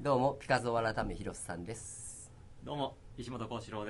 どうもピカゾー改め広瀬さんです。 どうも石本幸四郎です。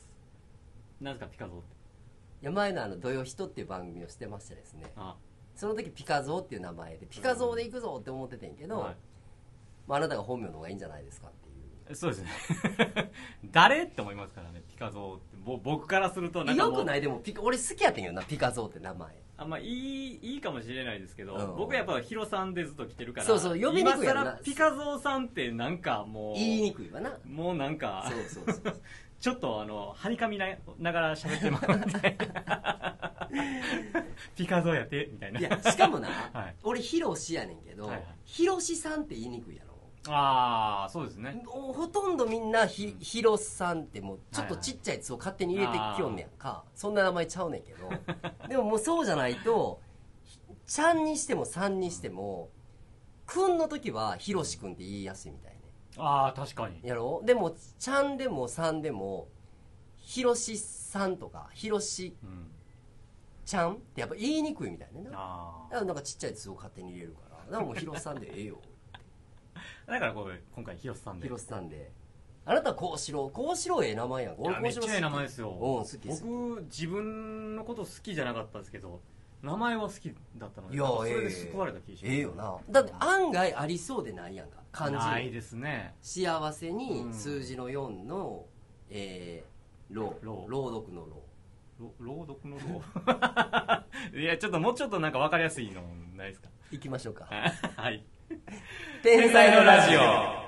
何ですかピカゾーって。 いや前の土曜人っていう番組をしてましてですね、 あその時ピカゾーっていう名前でピカゾーで行くぞって思っててんけど、 はいまあ、あなたが本名の方がいいんじゃないですかっていう。 そうですね誰って思いますからねピカゾーって僕からするとなんかもうよくないでも俺好きやってんけどなピカゾーって名前。 まあいいかもしれないですけど、 うん僕はやっぱヒロさんでずっと来てるからそうそう呼びにくいやろな今更ピカゾーさんってなんかもう言いにくいわな。 もうなんかそうそうそうちょっとはにかみながら喋ってますみたいなピカゾーやてみたいないやしかもな、 はい、 俺ヒロシやねんけど、 はいはい、 ヒロシさんって言いにくいやろ。 ああそうですね。 ほとんどみんなヒロさんってもうちょっとちっちゃい「つ」を勝手に入れてきよんねやんか。そんな名前ちゃうねんけどでももうそうじゃないとちゃんにしてもさんにしてもくんの時はヒロシくんって言いやすいみたいね。 ああ確かにやろ。でもちゃんでもさんでもヒロシさんとかヒロシちゃんってやっぱ言いにくいみたいねな。だからなんかちっちゃい「つ」を勝手に入れるからだからもうヒロさんでええよだから今回ヒロスさんで。 ヒロスさんで。あなた幸四郎ええ名前やん。 俺めっちゃええ名前ですよ。 好き。 僕自分のこと好きじゃなかったんですけど名前は好きだったので、 いやそれで救われた気がします。 ええよな。だって案外ありそうでないやんか漢字。 ないですね。 幸せに数字の4の朗読の朗読の朗いやちょっともうちょっとなんか分かりやすいのないですか。 いきましょうかはい天才のラジオ。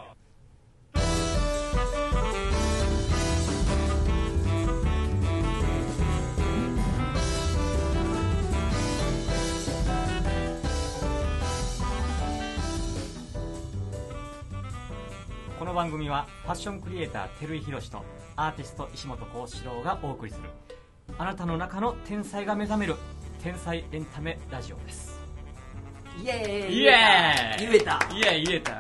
この番組はファッションクリエイター照井宏とアーティスト石本幸四郎がお送りするあなたの中の天才が目覚める天才エンタメラジオです。 イエーイイエーイ言えた言えた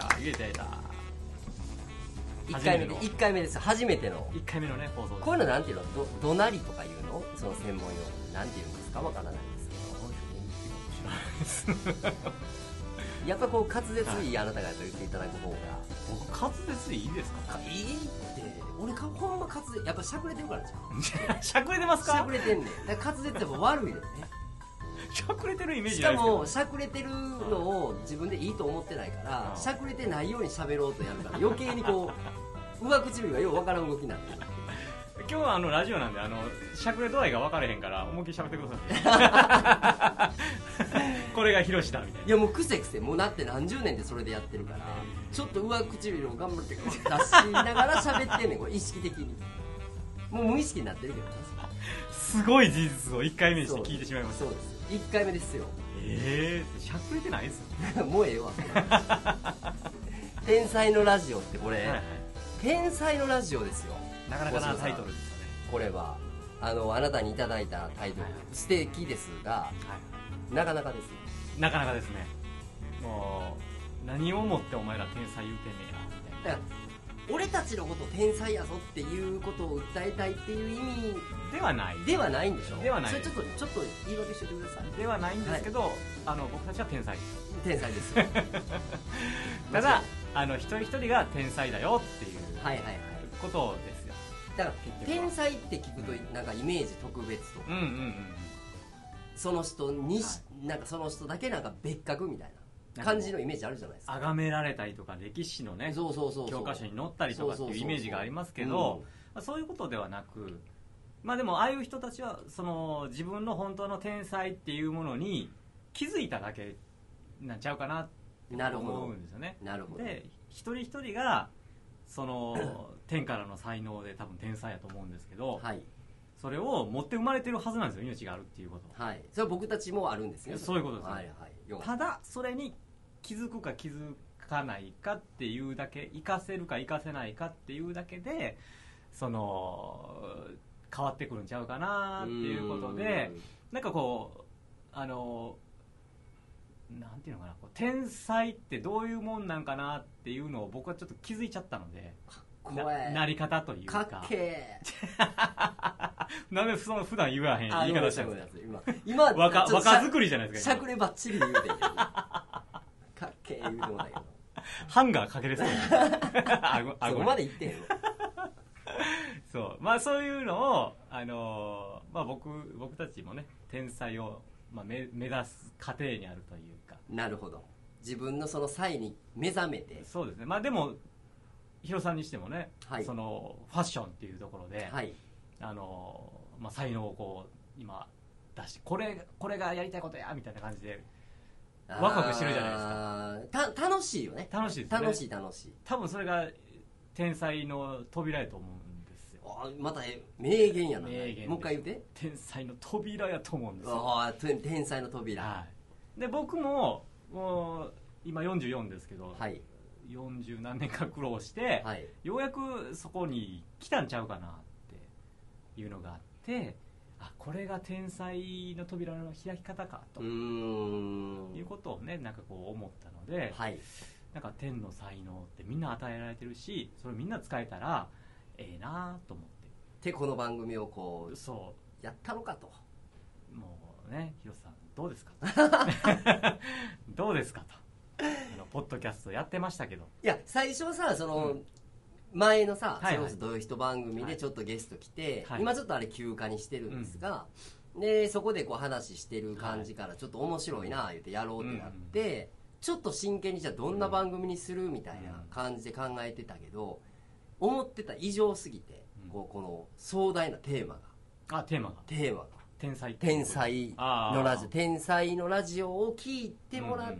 1回目です。初めての 1回目のね放送です。 こういうのなんていうのどなりとかいうのその専門用語なんていうんですかわからないですけどやっぱこう滑舌いいあなたがやっぱ言っていただく方が。 僕滑舌いいですか。 いいって俺ほんま滑舌やっぱしゃくれてるからじゃんしゃくれてますか。 しゃくれてんねん。だから滑舌やっぱ悪いのよね。 しゃくれてるイメージしかないですけど。 もしゃくれてるのを自分でいいと思ってないからしゃくれてないように喋ろうとやるから余計にこう上唇がようわからん動きになってる。 今日はラジオなんでしゃくれ度合いが分かれへんから思いっきり喋ってくださいこれがヒロシだみたいな。 いやもう癖もうなって何十年でそれでやってるからちょっと上唇を頑張って出しながら喋ってんねんこれ意識的に。もう無意識になってるけどすごい事実を1回目にして聞いてしまいました。 そうです1回目ですよ。 しゃくれてないですよもうええわ天才のラジオってこれ、はいはい、天才のラジオですよ。 なかなかなタイトルですよね。 これはあなたにいただいたタイトル、はい、素敵ですが、はい、なかなかですよ。 なかなかですね。もう何をもってお前ら天才言うてんねやみたいな。 だから俺たちのこと天才やぞっていうことを訴えたいっていう意味ではないではないんでしょ。 ではない。 それちょっと言い訳しておいてください。 ではないんですけど、はい、僕たちは天才天才ですよただ一人一人が天才だよっていうことですよ。 だから天才って聞くとなんかイメージ特別とか、その人に、はい、なんかその人だけなんか別格みたいな感じのイメージあるじゃないですか。 崇められたりとか歴史のね教科書に載ったりとかっていうイメージがありますけど、そういうことではなく、まあでもああいう人たちはその自分の本当の天才っていうものに気づいただけなんちゃうかなって思うんですよね。 なるほど。 で一人一人がその天からの才能で多分天才やと思うんですけど、はい、それを持って生まれてるはずなんですよ。命があるっていうこと。 はい。それは僕たちもあるんですね。 そういうことです、ね。 はいはい。 ただそれに気づくか気づかないかっていうだけ、活かせるか活かせないかっていうだけでその変わってくるんちゃうかなっていうことで、なんかこうなんていうのかな、天才ってどういうもんなんかなっていうのを僕はちょっと気づいちゃったので、なり方というか。 かっけーなんでその普段言わへん言い方してるんですか。 今若作りじゃないですか。 しゃくればっちり言うてかっけー言うてもないけどハンガーかけれそうそこまで言ってへんのそうまあそういうのをまあ僕たちもね天才を、まあ、目指す過程にあるというか。 なるほど。自分のその才に目覚めて。 そうですね。まあでもヒロさんにしてもね、 はい、 そのファッションっていうところで、 はい、 まあ、才能をこう今出してこれがやりたいことやみたいな感じでワクワクしてるじゃないですか。 楽しいよね。 楽しいですね。 楽しい。 多分それが天才の扉やと思うんですよ。 また名言やな。 名言。 もう一回言って。 天才の扉やと思うんですよ。 天才の扉。 はい。で僕もう今44ですけど、 はい、 40何年か苦労して、はい、ようやくそこに来たんちゃうかなっていうのがあって、これが天才の扉の開き方かということをねなんかこう思ったので、はい、なんか天の才能ってみんな与えられてるし、それをみんな使えたらええなと思ってこの番組をこうそうやったのかと。 もうね、ヒロさんどうですかどうですかとポッドキャストやってましたけど、 いや最初はさその、前のさ、それこそどういう人番組でちょっとゲスト来て、今ちょっとあれ休暇にしてるんですが、でそこでこう話してる感じからちょっと面白いな言ってやろうってなって、ちょっと真剣にじゃあどんな番組にするみたいな感じで考えてたけど、思ってた以上すぎて、この壮大なテーマが天才のラジオ、天才のラジオを聞いてもらって、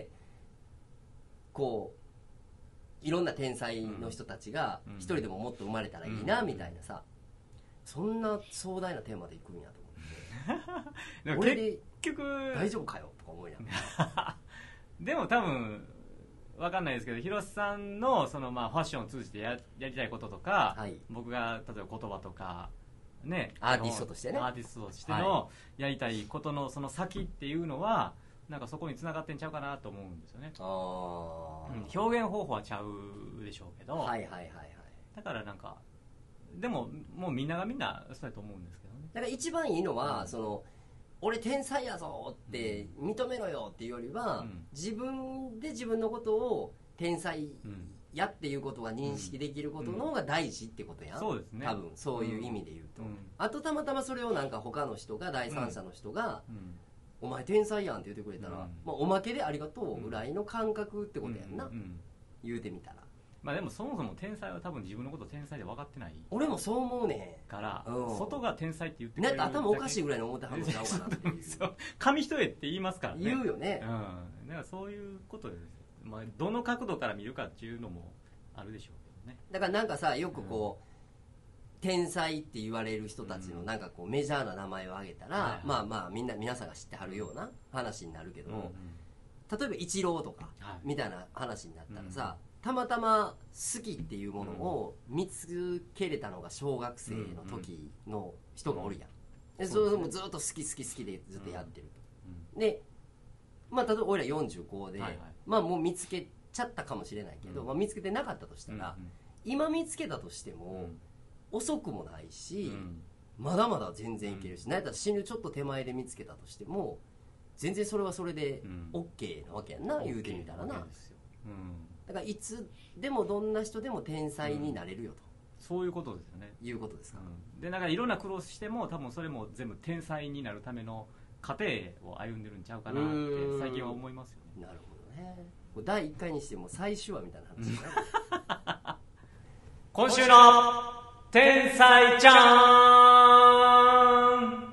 こういろんな天才の人たちが一人でももっと生まれたらいいなみたいなさ、そんな壮大なテーマでいくんやと思って俺で結局大丈夫かよとか思いながらでも多分分かんないですけど、広瀬さんのそのまあファッションを通じて やりたいこととか、はい、僕が例えば言葉とかね、 アーティストとしてのやりたいことのその先っていうのはなんかそこに繋がってんちゃうかなと思うんですよね。表現方法はちゃうでしょうけど、だからなんかでももうみんながみんなそうやと思うんですけどね。 だから一番いいのは、その俺天才やぞって認めろよっていうよりは、自分で自分のことを天才やっていうことが認識できることの方が大事ってことやん、 そうですね、 多分そういう意味で言うと、あとたまたまそれをなんか他の人が第三者の人が、お前天才やんって言ってくれたら、まあ、おまけでありがとうぐらいの感覚ってことやんな、言うてみたら。 まあでもそもそも天才は多分自分のこと天才で分かってない。 俺もそう思うねから、外が天才って言ってくれるなんか頭おかしいぐらいに思ってはるんちゃうかなっていう紙一重って言いますからね。 言うよね。 だからそういうことです。まあどの角度から見るかっていうのもあるでしょうけどね。 だからなんかさ、よくこう、天才って言われる人たちのなんかこうメジャーな名前を挙げたら、まあまあ皆さんが知ってはるような話になるけど、例えばイチローとかみたいな話になったらさ、たまたま好きっていうものを見つけれたのが小学生の時の人がおるやん。でそれもずっと好きでずっとやってると。で、まあ例えば俺ら45で、まあもう見つけちゃったかもしれないけど、まあ見つけてなかったとしたら、今見つけたとしても遅くもないし、まだまだ全然いけるし、なんやったら死ぬちょっと手前で見つけたとしても全然それはそれで OK なわけやんな、言うてみたらな。だからいつでもどんな人でも天才になれるよと、 そういうことですよね。 いうことですか。 でなんかいろんな苦労しても多分それも全部天才になるための過程を歩んでるんちゃうかなって最近は思いますよね。 なるほどね。第1回にしても最終話みたいな話だな今週の天才ちゃん。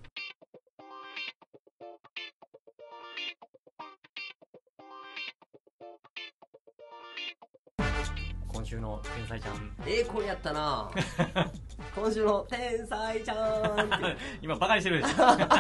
今週の天才ちゃん、 これやったな今週の天才ちゃんって今バカにしてるでしょ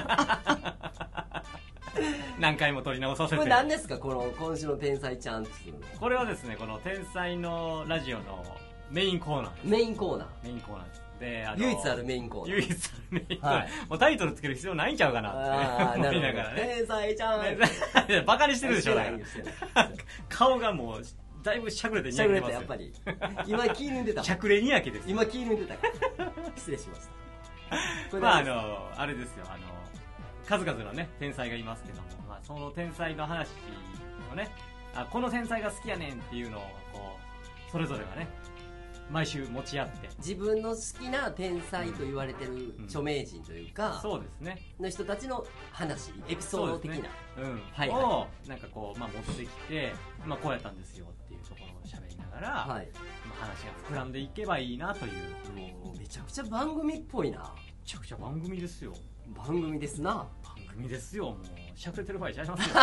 何回も撮り直させて。 これ何ですか、この今週の天才ちゃんっていうの。 これはですね、この天才のラジオのメインコーナーです。 メインコーナーで、 唯一あるメインコーナー。 唯一あるメインコーナー、もうタイトルつける必要ないんちゃうかなって思いながらね。 天才ちゃんバカにしてるでしょ。顔がもうだいぶしゃくれてにやけてますよ。 やっぱり今気抜いてた。 しゃくれにやけです。 今気抜いてたから失礼しましたまああれですよ、数々のね天才がいますけども、まあ、その天才の話をねこの天才が好きやねんっていうのをこうそれぞれがね毎週持ち合って自分の好きな天才と言われてる著名人というか、 そうですねの人たちの話エピソード的な、 ねはいはい、をなんかこう、持ってきて、こうやったんですよっていうところを喋りながら、はい、話が膨らんでいけばいいなという。 もうめちゃくちゃ番組っぽいな。めちゃくちゃ番組ですよ。 番組ですな。 番組ですよ。もうしゃくれてる場合ちゃいますよ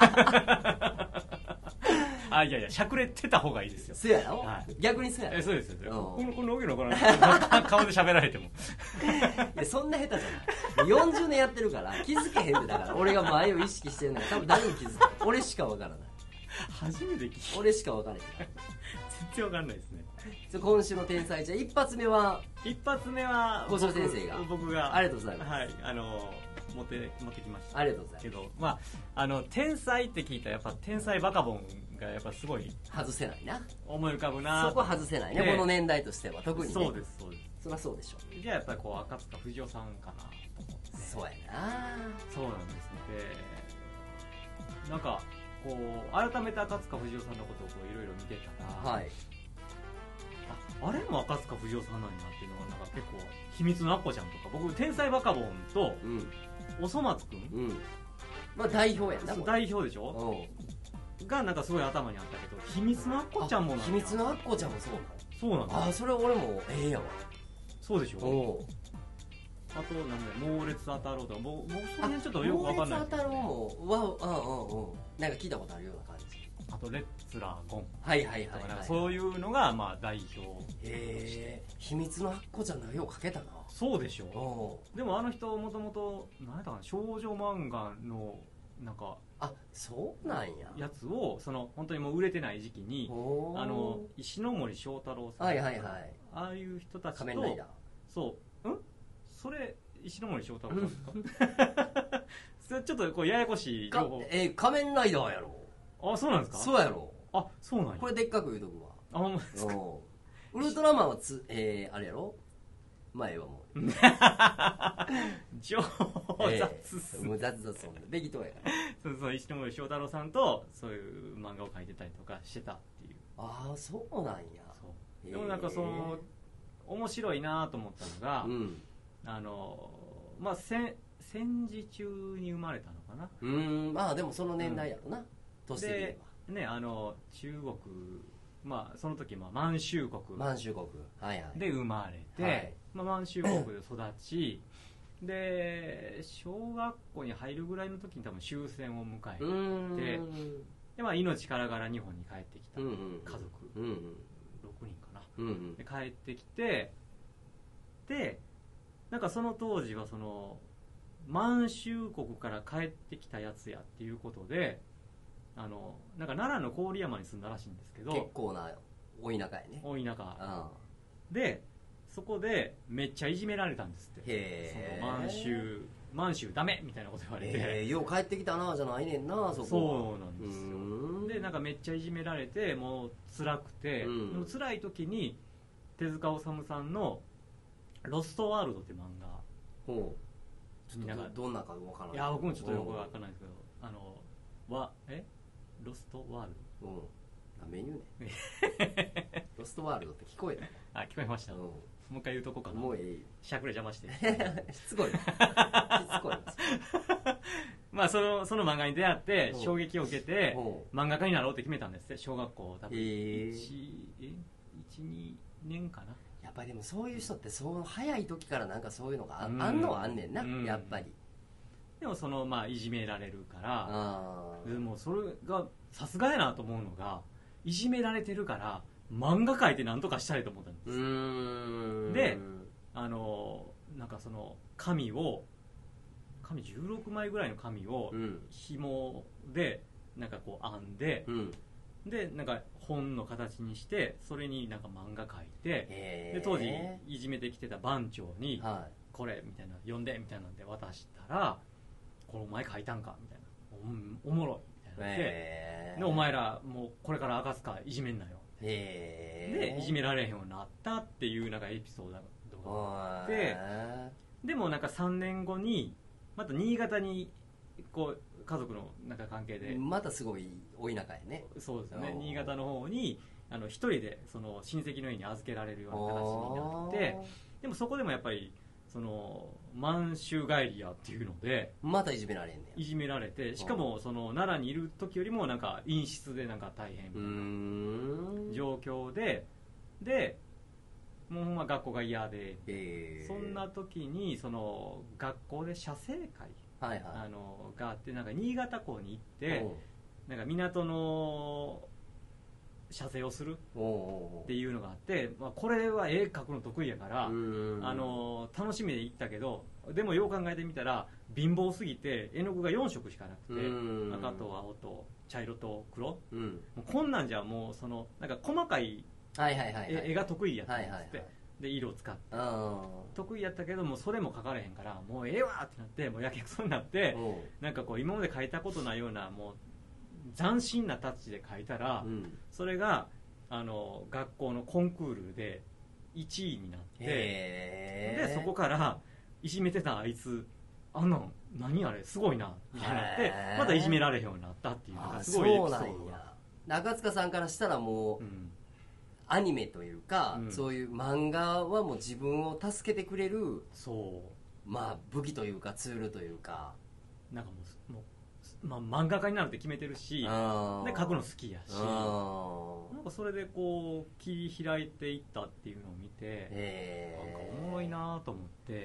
いやしゃくれてた方がいいですよ。 そうやろ、はい、逆にそうやろ。 そうですよ。このわけのわからない顔で喋られてもいやそんな下手じゃない。40年やってるから気づけへんで。だから俺が前を意識してるのは多分誰も気づかない。俺しかわからない。 初めて聞いた。 俺しかわからない。 全然わかんないですね。 今週の天才じゃ一発目は小城先生が僕がありがとうございます。 はい持ってきました。 ありがとうございます。 けど天才って聞いたらやっぱ天才バカボンがやっぱすごい外せないな。 思い浮かぶな。 そこ外せないね、この年代としては特にね。 そうです。 そりゃそうでしょ。 じゃあやっぱりこう赤塚不二夫さんかなと思って。 そうやな。 そうなんですね。でなんかこう改めて赤塚不二夫さんのことをこういろいろ見てたら、はい、あれも赤塚不二夫さんなんやっていうのはなんか結構秘密のアッコちゃんとか僕天才バカボンと、おそ松くん、 代表やんな。 代表でしょがなんかすごい頭にあったけど秘密のアッコちゃんもなんや。 秘密のアッコちゃんもそうなの。 そうなんだ。 それ俺もやわ。 そうでしょ。あとなんだ猛烈当たろうとか僕その辺ちょっとよくわかんない。 猛烈当たろうもなんか聞いたことあるような感じ。 あとレッツラーゴン、 はいそういうのが代表。 秘密のアッコちゃんのようかけたな。 そうでしょ。でもあの人もともと何やったかな、少女漫画のなんかそうなんやつを本当にもう売れてない時期に石ノ森章太郎さん、ああいう人たちと仮面ライダー。 それ石ノ森章太郎さんですかそれちょっとこうややこしい情報。 仮面ライダーやろ。 そうなんですか。 そうやろ。 そうなんや。 これでっかく言うとくわ。 ほんまですか。 ウルトラマンはあれやろ。前はもう超雑っす。 もう雑そんな適当やから。 そう石ノ森章太郎さんとそういう漫画を描いてたりとかしてたっていう。 そうなんや。 でもなんか面白いなと思ったのが、戦時中に生まれたのかな。でもその年代やろな。年的にはね、中国、その時満州国で生まれて、満州国で育ちで小学校に入るぐらいの時に多分終戦を迎えて、で命からがら日本に帰ってきた家族6人かな、で帰ってきて、でなんかその当時は満州国から帰ってきたやつやっていうことでなんか奈良の郡山に住んだらしいんですけど、 結構な大田舎やね。 大田舎でそこでめっちゃいじめられたんですって。満州ダメみたいなこと言われて、 よう帰ってきたなじゃないねんな。そこそうなんですよ。でなんかめっちゃいじめられてもう辛くて、でも辛い時に手塚治虫さんの「ロストワールド」って漫画、 どんなか分からない。 いや僕もちょっとよく分からないですけど、ロストワールド、 メニューねロストワールドって聞こえた。 聞こえました。もう一回言うとこかな。 もういい。 しゃくれ邪魔してしつこいその漫画に出会って衝撃を受けて漫画家になろうって決めたんですって。小学校多分12年かな。 やっぱりでもそういう人って早い時からなんかそういうのがあんのはあんねんな、やっぱり。 でもいじめられるから、でもそれがさすがやなと思うのが、いじめられてるから漫画描いてなんとかしたいと思ったんです。でなんか紙16枚ぐらいの紙を紐でなんかこう編んで、でなんか本の形にしてそれになんか漫画描いて、で当時いじめてきてた番長にこれみたいな読んでみたいなんで渡したら、これお前書いたんかみたいな、おもろいみたいなで、お前らもうこれから赤塚いじめんなよでいじめられへんようになったっていうなんかエピソードがあって、でもなんか3年後にまた新潟にこう家族のなんか関係でまたすごい多い中やね。 そうですよね。新潟の方に一人でその親戚の家に預けられるような形になって、でもそこでもやっぱりその満州帰りやっていうのでまたいじめられんねん。いじめられて、しかもその奈良にいる時よりもなんか陰湿でなんか大変みたいな状況で、もうほんま学校が嫌で、そんな時にその学校で写生会、があって、なんか新潟港に行ってなんか港の写生をするっていうのがあって、まあ、これは絵描くの得意やから楽しみで行ったけど、でもよう考えてみたら貧乏すぎて絵の具が4色しかなくて、赤と青と茶色と黒、もうこんなんじゃもうそのなんか細かい絵が得意やったんですって、で色を使って得意やったけどもそれも描かれへんからもうええわってなって、もうやけくそになって、なんかこう今まで描いたことないようなもう斬新なタッチで描いたら、それが学校のコンクールで1位になって、でそこからいじめてたあいつ何あれすごいなみたいになって、またいじめられへんようになったっていうのがすごいエピソードが。そうなんや。 中塚さんからしたらもう、アニメというか、そういう漫画はもう自分を助けてくれる、まあ武器というかツールというか、 なんかもうまあ、漫画家になるって決めてるし、で描くの好きやし、なんかそれでこう切り開いていったっていうのを見て、なんかおもろいなと思って。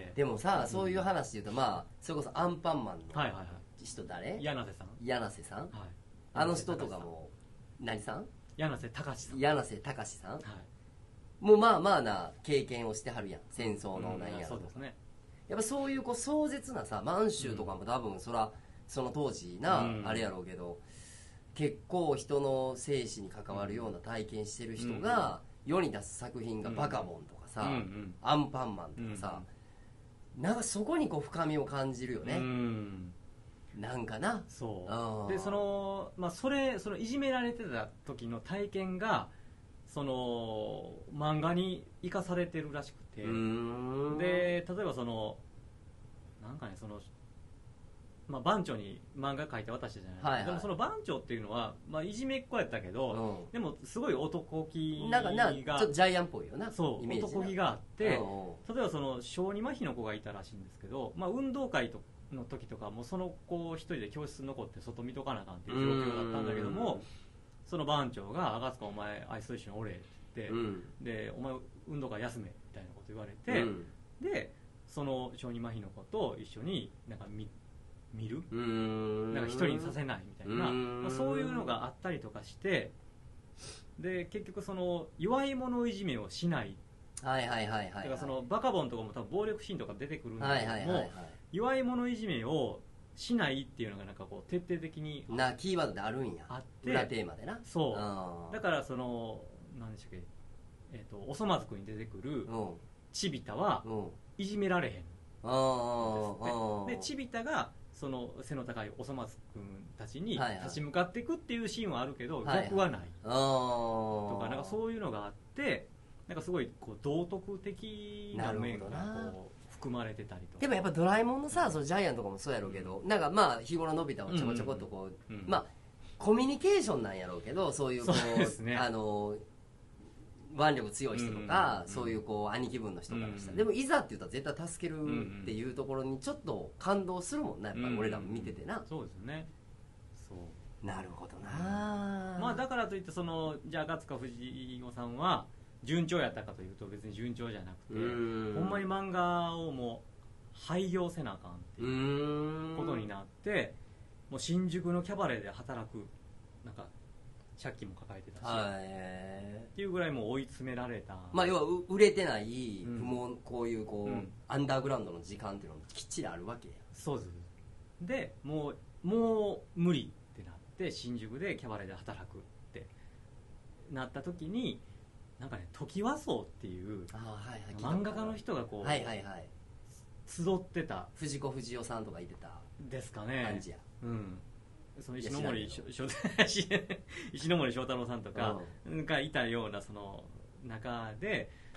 でもさ、そういう話で言うと、まあそれこそアンパンマンの人誰？ 柳瀬さん。 柳瀬さん、あの人とかも何さん？ 柳瀬隆さん。 柳瀬隆さん、もうまあまあな経験をしてはるやん、戦争のなんや。 そうですね。 やっぱそういうこう壮絶なさ、満州とかも多分そらその当時な、あれやろうけど、結構人の生死に関わるような体験してる人が世に出す作品がバカボンとかさ、アンパンマンとかさ、なんかそこにこう深みを感じるよね。なんかな。 そうでそのいじめられてた時の体験がその漫画に生かされてるらしくて、で例えばそのなんかね、そのまあ、番長に漫画描いて渡したじゃないですか、でもその番長っていうのは、まあ、いじめっ子やったけど、でもすごい男気がちょっとジャイアンっぽいよな。 そう男気があって、例えばその小児麻痺の子がいたらしいんですけど、まあ、運動会の時とかもその子一人で教室に残って外見とかなあかんっていう状況だったんだけども、その番長が「赤塚お前あいつと一緒におれ」って言って、で「お前運動会休め」みたいなこと言われて、でその小児麻痺の子と一緒になんか見るなんか一人にさせないみたいな、まあ、そういうのがあったりとかして、で結局その弱い者いじめをしない、だからそのバカボンとかも多分暴力シーンとか出てくるんだけども、弱い者いじめをしないっていうのがなんかこう徹底的にキーワードであるんや、あって裏テーマでな。 そうだからその何でしたっけ、おそ松くんに出てくるちびたはいじめられへんで、ちびたがその背の高いおそ松くんたちに立ち向かっていくっていうシーンはあるけど、逆はないとか、なんかそういうのがあって、なんかすごいこう道徳的な面がこう含まれてたりとか。 でもやっぱドラえもんのさ、そのジャイアンとかもそうやろうけど、なんかまあ日頃のび太はちょこちょこっとこう、まあコミュニケーションなんやろうけど、そういうこう腕力強い人とか、そういうこう兄貴分の人からしたら、でもいざって言ったら絶対助けるっていうところにちょっと感動するもんな、やっぱり俺らも見ててな。 そうですね。そうなるほどな。 まあだからといってそのじゃあ赤塚不二夫さんは順調やったかというと別に順調じゃなくて、ほんまに漫画をもう廃業せなあかんっていうことになって、もう新宿のキャバレーで働く、なんか借金も抱えてたし、っていうぐらいもう追い詰められた。 まあ要は売れてないもうこういうこう、アンダーグラウンドの時間っていうのもきっちりあるわけや。 そうです。でもう無理ってなって新宿でキャバレーで働くってなった時に、なんかね、トキワ荘っていう漫画家の人がこう集ってた、 藤子不二雄さんとかいてたですかね、 感じや。 その石ノ森章太郎さんとかがいたようなその中で、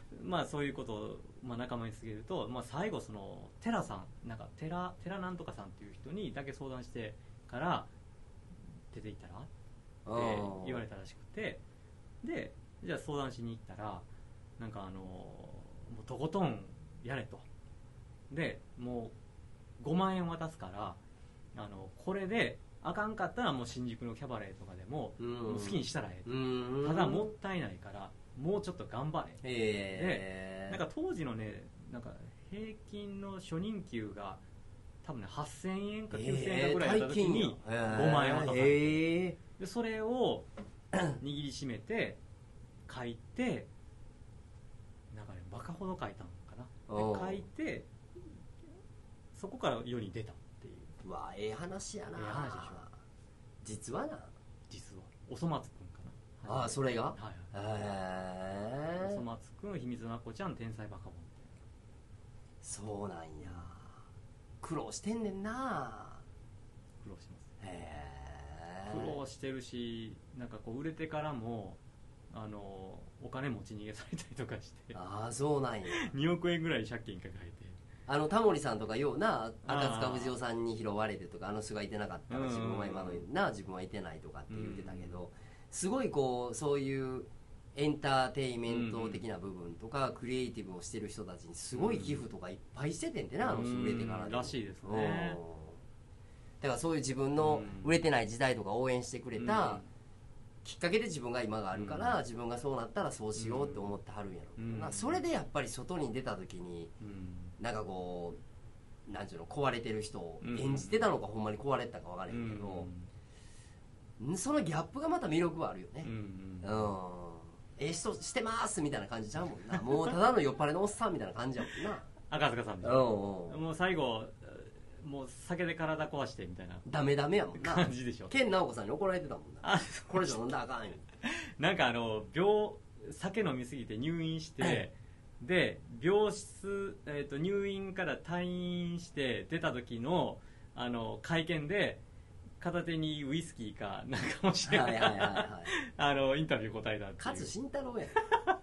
まあそういうことを、まあ、仲間に告げると、まあ、最後その寺さんなんか寺なんとかさんっていう人にだけ相談してから出ていったらって言われたらしくて、でじゃあ相談しに行ったらなんかもうとことんやれと、でもう5万円渡すからこれであかんかったらもう新宿のキャバレーとかでも、もう好きにしたらええと、ただもったいないからもうちょっと頑張れ、でなんか当時のねなんか平均の初任給が多分ね8000円か9000円かぐらいだった時に5万円渡されて、でそれを握りしめて書いてなんかねバカほど書いたのかな、で書いてそこから世に出たっていう。 うわええ話やな。 ええ話でしょ。 実はな、 実はおそ松くんかな。 ああそれが、 はいはい、おそ松くん、秘密のあこちゃん、天才バカボン。 そうなんや、苦労してんねんな。 苦労してます。 へえ。 苦労してるし、なんかこう売れてからもお金持ち逃げされたりとかして、 ああそうなんや 2億円ぐらい借金抱えて、 タモリさんとかような赤塚不二夫さんに拾われてとか、あの人がいてなかったら自分は今のな自分はいてないとかって言ってたけど、すごいこうそういうエンターテインメント的な部分とかクリエイティブをしてる人たちにすごい寄付とかいっぱいしててんてな、あの人売れてからでもらしいですね。 だからそういう自分の売れてない時代とか応援してくれたきっかけで自分が今があるから、自分がそうなったらそうしようって思ってはるんやろな。それでやっぱり外に出た時になんかこうなんていうの、壊れてる人を演じてたのか、ほんまに壊れてたか分からへんけど、そのギャップがまた魅力はあるよね。ええ人してますみたいな感じちゃうもんな。もうただの酔っ払いのおっさんみたいな感じやもんな。 赤塚さんでもう最後もう酒で体壊してみたいなダメダメやもんな感じでしょ。 健直子さんに怒られてたもんな。これ以上飲んだらあかんよ。 なんか酒飲みすぎて入院してで病室、入院から退院して出た時の会見で片手にウイスキーかなんかもしれない、インタビュー答えたっていう。 勝慎太郎やん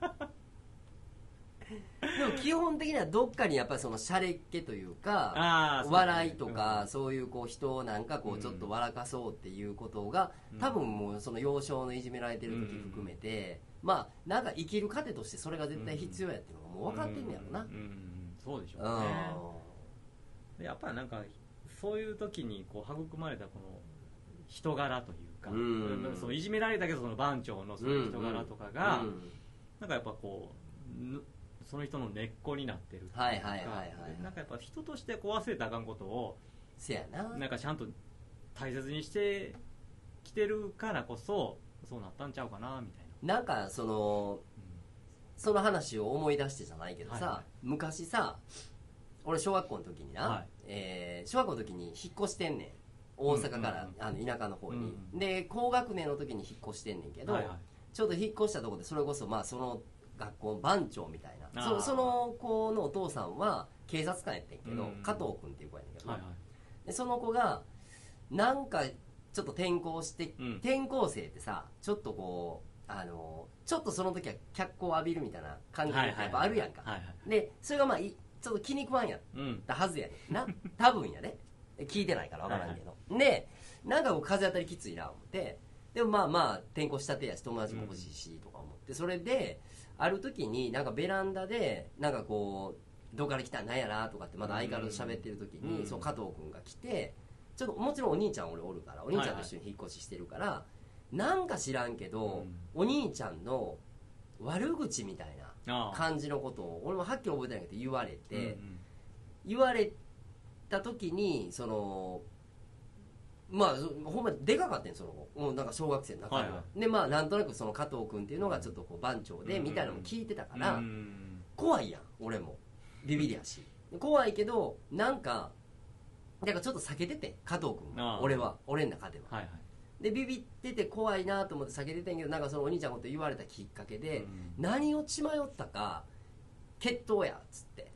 でも基本的にはどっかにやっぱりそのシャレっ気というか笑いとか、そういうこう人をなんかこうちょっと笑かそうっていうことが、多分もうその幼少のいじめられてる時含めて、まあなんか生きる糧としてそれが絶対必要やっていうのがもう分かってんねやろな。 そうでしょうね。でやっぱりなんかそういう時にこう育まれたこの人柄というか、そのいじめられたけどその番長のその人柄とかが、なんかやっぱこうその人の根っこになってるっていうか、なんかやっぱ人としてこう忘れたらあかんことをせやな、 なんかちゃんと大切にしてきてるからこそそうなったんちゃうかなみたいな。なんかその話を思い出してじゃないけどさ、昔さ俺小学校の時にな、小学校の時に引っ越してんねん、大阪から田舎の方に、で高学年の時に引っ越してんねんけど、ちょうど引っ越したところでそれこそまあその学校番長みたいな、その子のお父さんは警察官やってんけど、加藤君っていう子やねんけど、でその子がなんかちょっと転校して、転校生ってさちょっとこうちょっとその時は脚光を浴びるみたいな感じがやっぱあるやんか。でそれがまあちょっと気に食わんやったはずやねんな、多分やね、聞いてないから分からんけど、でなんかこう風当たりきついな思って、でもまあまあ転校したてやし友達も欲しいしとか思って、それである時になんかベランダでなんかこうどっから来たんなんやなとかってまだ相変わらず喋ってる時に、そう加藤君が来て、ちょっともちろんお兄ちゃん俺おるから、お兄ちゃんと一緒に引っ越ししてるから、なんか知らんけど、お兄ちゃんの悪口みたいな感じのことを俺もはっきり覚えてないけど言われて、言われた時にそのまあほんまにでかかったんその子、もうなんか小学生の中では、でまあなんとなくその加藤君っていうのがちょっとこう番長でみたいなのも聞いてたから、怖いやん俺もビビりやし、怖いけどなんかちょっと避けてて加藤君は、俺の中では、でビビってて怖いなと思って避けてたんやけど、なんかそのお兄ちゃんのこと言われたきっかけで、何を血迷ったか決闘やっつって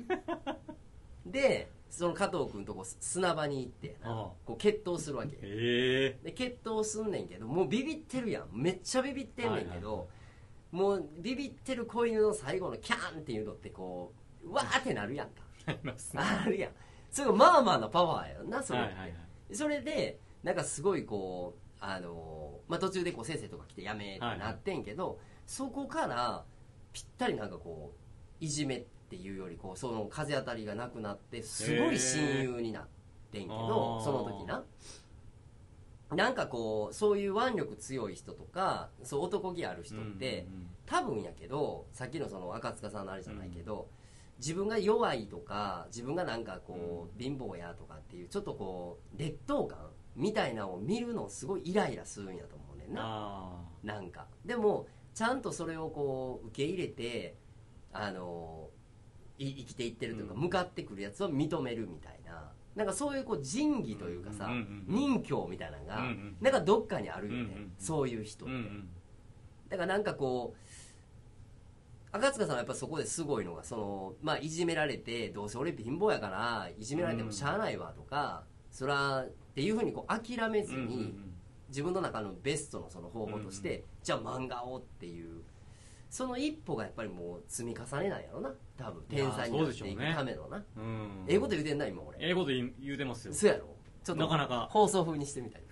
でその加藤君とこ砂場に行ってこう決闘するわけ、で決闘すんねんけどもうビビってるやん、めっちゃビビってんねんけど、 もうビビってる子犬の最後のキャーンっていうのってこうわーってなるやんかありますね。 あるやん。それがまあまあのパワーやんなそれって、 はいはいはい、 それでなんかすごいこうまあ、途中でこう先生とか来てやめってなってんけど、はいはい、そこからぴったりなんかこういじめっていうよりこうその風当たりがなくなってすごい親友になってんけど、その時ななんかこうそういう腕力強い人とかそう男気ある人って、多分やけどさっきのその赤塚さんのあれじゃないけど、自分が弱いとか自分がなんかこう貧乏やとかっていうちょっとこう劣等感みたいなのを見るのすごいイライラするんやと思うねんな。なんかでもちゃんとそれをこう受け入れて生きていってるというか、向かってくるやつを認めるみたいな、なんかそういうこう仁義というかさ、任侠みたいなのがなんかどっかにあるよね、そういう人って、だからなんかこう赤塚さんはやっぱそこですごいのがその、まあ、いじめられてどうせ俺貧乏やからいじめられてもしゃあないわとか、そらっていうふうにこう諦めずに、自分の中のベストのその方法として、じゃあ漫画をっていうその一歩がやっぱりもう積み重ねなんやろな、多分天才になっていくためのな、ええこと言うてんな今俺。 ええこと言うてますよ。 そうやろ、ちょっとなかなか放送風にしてみたい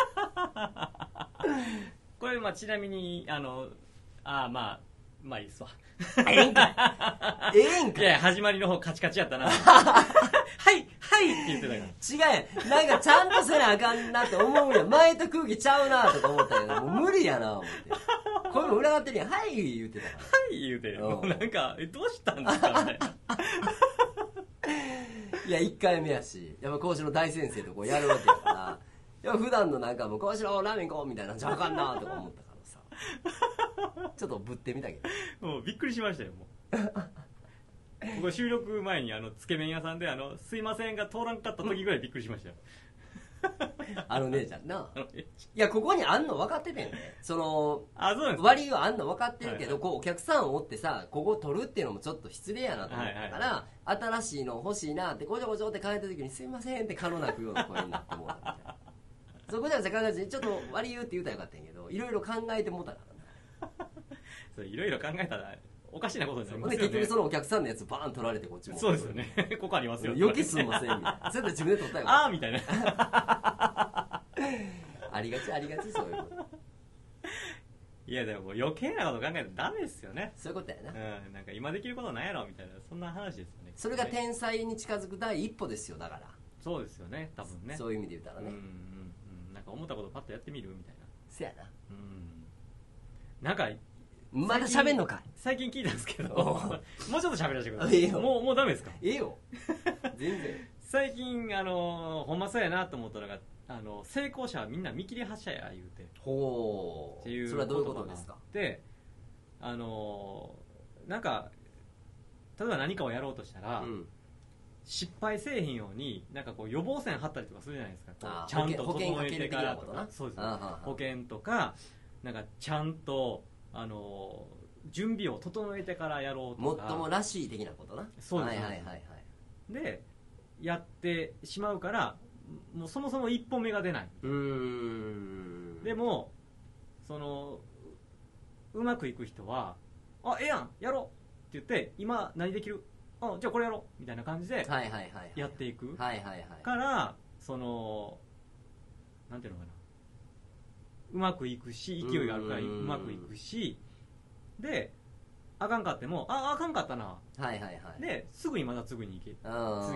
これまあちなみにまあいいっすわ。 ええんかいええんかいや始まりの方カチカチやったなはいって言ってたから違うやん、なんかちゃんとせなあかんなって思うやん、前と空気ちゃうなとか思ったけどもう無理やな思ってこれも裏がってるやん、はい言うてたからはい言うて、もうなんかどうしたんですかみたいな。 いや1回目やしやっぱ講師の大先生とこうやるわけやからやっぱ普段のなんかもう講師のラーメン行こうみたいなんじゃあかんなとか思ったからさちょっとぶってみたけどもうびっくりしましたよもう僕収録前につけ麺屋さんですいませんが通らんかった時ぐらいびっくりしましたよあの姉ちゃんな。いやここにあんの分かっててんね、そのそうなんです割はあんの分かってるけど、 はいはい、 こうお客さんをおってさここ取るっていうのもちょっと失礼やなと思ったから、はいはいはい、新しいの欲しいなってごちょごちょって変えた時にすいませんって可のなくような声になってもうたみたいなそこじゃ考えずにちょっと割り言うって言うたらよかったんやけどいろいろ考えてもうたからなそれいろいろ考えたらおかしなことになりますよね。 で結局そのお客さんのやつバーン取られてこっちもそうですよねここありますよ余計すんませんみたいなそれで自分で取ったよああみたいなありがちありがちそういうこといやでも余計なこと考えたらダメですよね。 そういうことやな、 なんか今できることなんやろみたいなそんな話ですよね。 それが天才に近づく第一歩ですよ。だからそうですよね多分ね。 そういう意味で言ったらね、 なんか思ったことパッとやってみるみたいな。 せやな。 なんかまだ喋んのかい。 最近聞いたんですけどもうちょっと喋らせてください。 ええよ。 もうダメですか。 ええよ全然最近ほんまそうやなと思ったのが成功者はみんな見切り発車や言うてほうっていうそれはどういうことですか。 でなんか例えば何かをやろうとしたら、失敗せえへんようになんかこう予防線張ったりとかするじゃないですか。ちゃんと整えてからとか。そうですね。保険とかなんかちゃんと準備を整えてからやろうとか。 もっともらしい的なことな。 そうです。はいはいはいはい。でやってしまうからもうそもそも一歩目が出ない。でもうまくいく人はあええやんやろうって言って今何できるあじゃあこれやろうみたいな感じでやっていくからなんていうのかなうまくいくし勢いがあるからうまくいくしであかんかってもあかんかったなですぐにまた次に行ける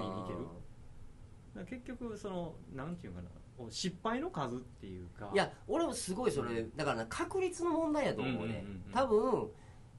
結局なんていうかな失敗の数っていうか。 いや俺もすごいそれ、だから確率の問題やと思うね。多分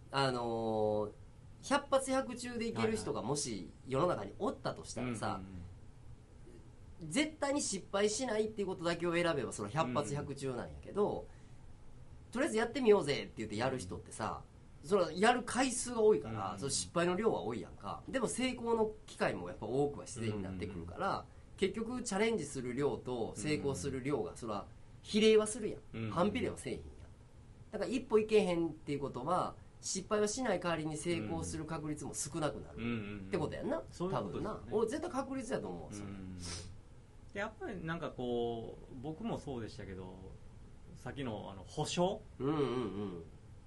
100発100中でいける人がもし世の中におったとしたらさ、絶対に失敗しないっていうことだけを選べばその100発100中なんやけど、とりあえずやってみようぜって言ってやる人ってさ、そのやる回数が多いから、その失敗の量は多いやんか。でも成功の機会もやっぱ多くは自然になってくるから、結局チャレンジする量と成功する量がそれは比例はするやん、反比例はせえへんやん。だから一歩いけへんっていうことは失敗はしない代わりに成功する確率も少なくなるってことやんな、多分な。俺絶対確率やと思う。それやっぱりなんかこう僕もそうでしたけどさっきの保証、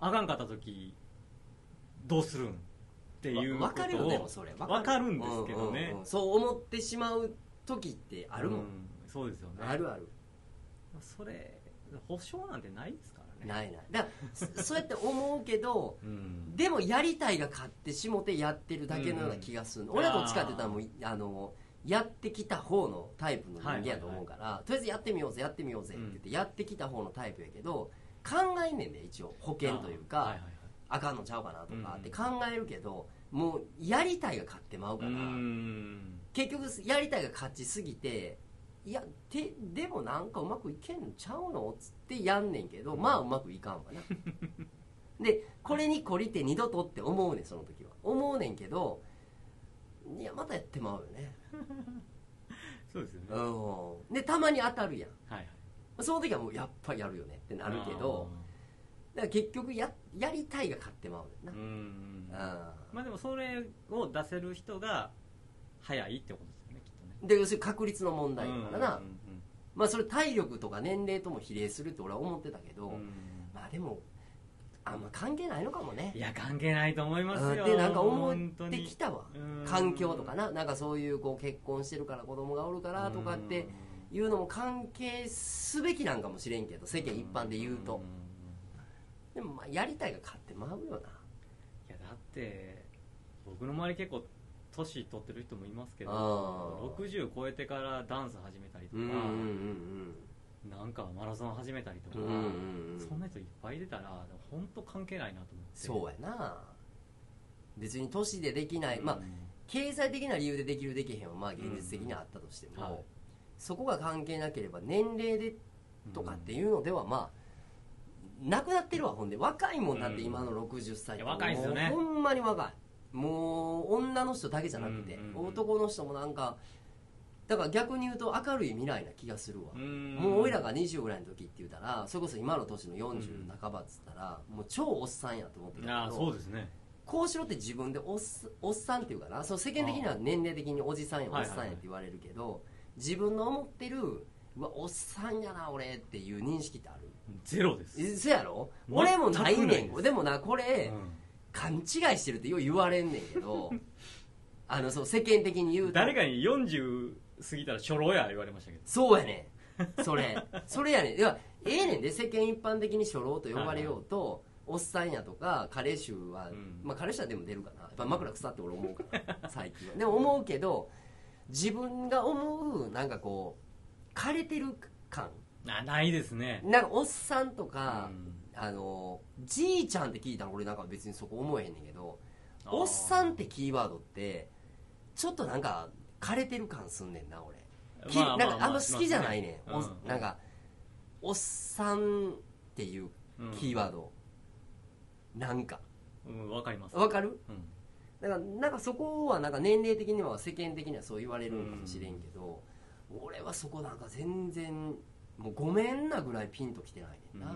あかんかった時どうするんっていうことを分かるよ。でもそれ分かるんですけどね、 そう思ってしまう時ってあるもん、 そうですよね。 あるある。 それ保証なんてないですからね。 ないだからそうやって思うけど、でもやりたいが勝ってしもてやってるだけのような気がする、俺はどっちかって言ったらもうやってきた方のタイプの人間やと思うから、とりあえずやってみようぜって言ってやってきた方のタイプやけど、考えんねんね、一応保険というか、あかんのちゃうかなとかって考えるけど、もうやりたいが勝ってまうから、結局やりたいが勝ちすぎて、いやでもなんかうまくいけんのちゃうのつってやんねんけど、まあうまくいかんわなでこれに懲りて二度とって思うねん、その時は思うねんけど、いやまたやってまうよねそうですよね。 でたまに当たるやん、その時はもうやっぱやるよねってなるけど、だから結局やりたいが勝ってまうねんな。 まあでもそれを出せる人が早いってことですよね、きっとね。 で要するに確率の問題だからな、まあそれ体力とか年齢とも比例するって俺は思ってたけど、まあでもあんま関係ないのかもね。 いや関係ないと思いますよ。 でなんか思ってきたわ、環境とかなんかそういうこう結婚してるから子供がおるからとかっていうのも関係すべきなんかもしれんけど、世間一般で言うと、でもまあやりたいが勝ってまうよな。いやだって僕の周り結構年取ってる人もいますけど、60超えてからダンス始めたりとか、なんかマラソン始めたりとか、そんな人いっぱい出たら本当関係ないなと思って。 そうやな、別に年でできない、まあ経済的な理由でできるできへんはまあ現実的にはあったとしても、そこが関係なければ年齢でとかっていうのではまあなくなってるわ。ほんで若いもんだって今の60歳って若いですよね。 ほんまに若い。もう女の人だけじゃなくて、男の人もなんかだから逆に言うと明るい未来な気がするわ。もう俺らが20ぐらいの時って言ったら、それこそ今の年の40半ばっつったらもう超おっさんやと思ってたけど、 そうですね、 こうしろって自分でおっさんっていうかな、そう世間的には年齢的におじさんやおっさんやって言われるけど、自分の思ってるうわおっさんやな俺っていう認識ってある？ ゼロです。 そやろ？俺もないねん。でもなこれ、勘違いしてるってよう言われんねんけどそう世間的に言うと誰かに40過ぎたら初老や言われましたけど。 そうやねんそれやねん。いやねんで、世間一般的に初老と呼ばれようと、おっさんやとか彼氏は、まあ彼氏はでも出るかな、やっぱ枕腐って俺思うから最近はでも思うけど、自分が思うなんかこう枯れてる感ないですね。 なんかおっさんとか、じいちゃんって聞いたら俺なんか別にそこ思えへんねんけど、おっさんってキーワードってちょっとなんか枯れてる感すんねんな俺。なんかあんま好きじゃないねん。なんかおっさんっていうキーワード、なんかわかります。 わかる？だからなんかそこはなんか年齢的には世間的にはそう言われるかもしれんけど、俺はそこなんか全然もうごめんなぐらいピンときてないねんな。い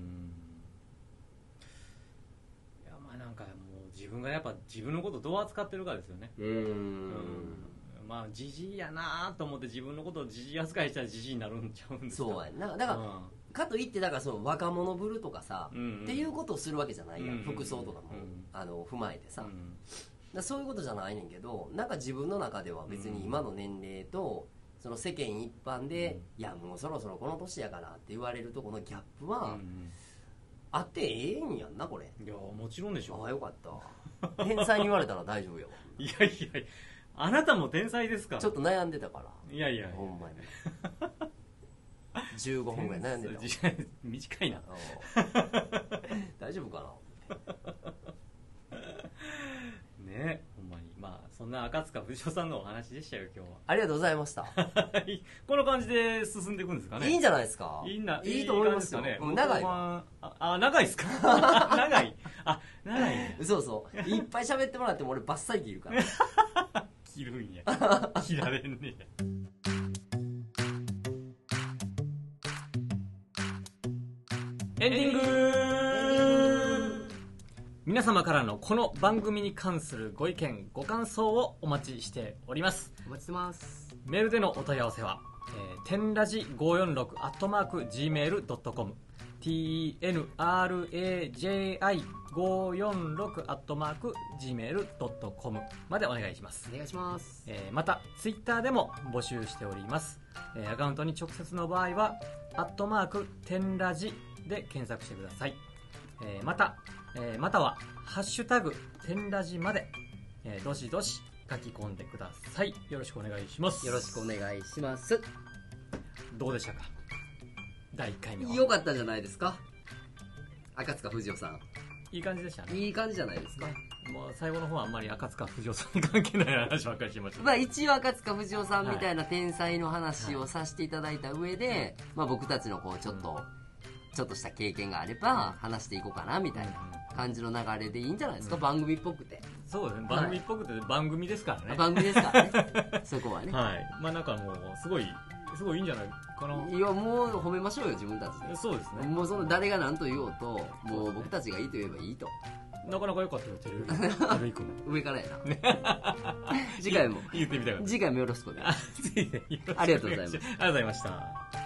やまあなんかもう自分がやっぱ自分のことどう扱ってるかですよね。まあジジイやなと思って自分のことをジジイ扱いしたらジジイになるんちゃうんですか。 そうやんな。だから、かといってだからその若者ぶるとかさ、っていうことをするわけじゃないやん、服装とかも、踏まえてさ、だそういうことじゃないねんけど、なんか自分の中では別に今の年齢とその世間一般で、いやもうそろそろこの年やからって言われるとこのギャップは、あってええんやんなこれ。 いやもちろんでしょ。 ああよかった天才に言われたら大丈夫よ。 いやあなたも天才ですか。 ちょっと悩んでたから。 いやほんまに15分ぐらい悩んでた。 短いな大丈夫かなね。ほんまにまあそんな赤塚不二夫さんのお話でしたよ今日は。 ありがとうございましたこの感じで進んでいくんですかね。 いいんじゃないですか。いいと思いますよね。長いわ。 長いですか長い長いね。 そういっぱい喋ってもらっても俺バッサリ切るから切るんや切られんねや。エンディング。皆様からのこの番組に関するご意見ご感想をお待ちしております。 お待ちしてます。 メールでのお問い合わせは、天ラジ546@gmail.com tenraji546@gmail.com までお願いします。 お願いします。 またツイッターでも募集しております。アカウントに直接の場合は天ラジで検索してください。またはハッシュタグ天ラジまで、どしどし書き込んでください。よろしくお願いします。 よろしくお願いします。 どうでしたか、第1回目は。 良かったんじゃないですか。赤塚不二夫さん、 いい感じでしたね。 いい感じじゃないですか。 もう最後の方はあんまり赤塚不二夫さんに関係ない話ばっかりしました、 まあ一応赤塚不二夫さんみたいな天才の話をさせていただいた上で、まあ僕たちのこうちょっとした経験があれば話していこうかなみたいな感じの流れでいいんじゃないですか、番組っぽくて。 そうですね、番組っぽくて番組ですからね。 番組ですからねそこはね。 はい。まあなんかもうすごいいいんじゃないかな。 いやもう褒めましょうよ、自分たちで。 そうですね。 もうその誰が何と言おうと、もう僕たちがいいと言えばいいと。 なかなか良かったよ、テレビ君上からやな次回も言ってみたかった。 次回もよろしくお願いしますありがとうございます。 ありがとうございました。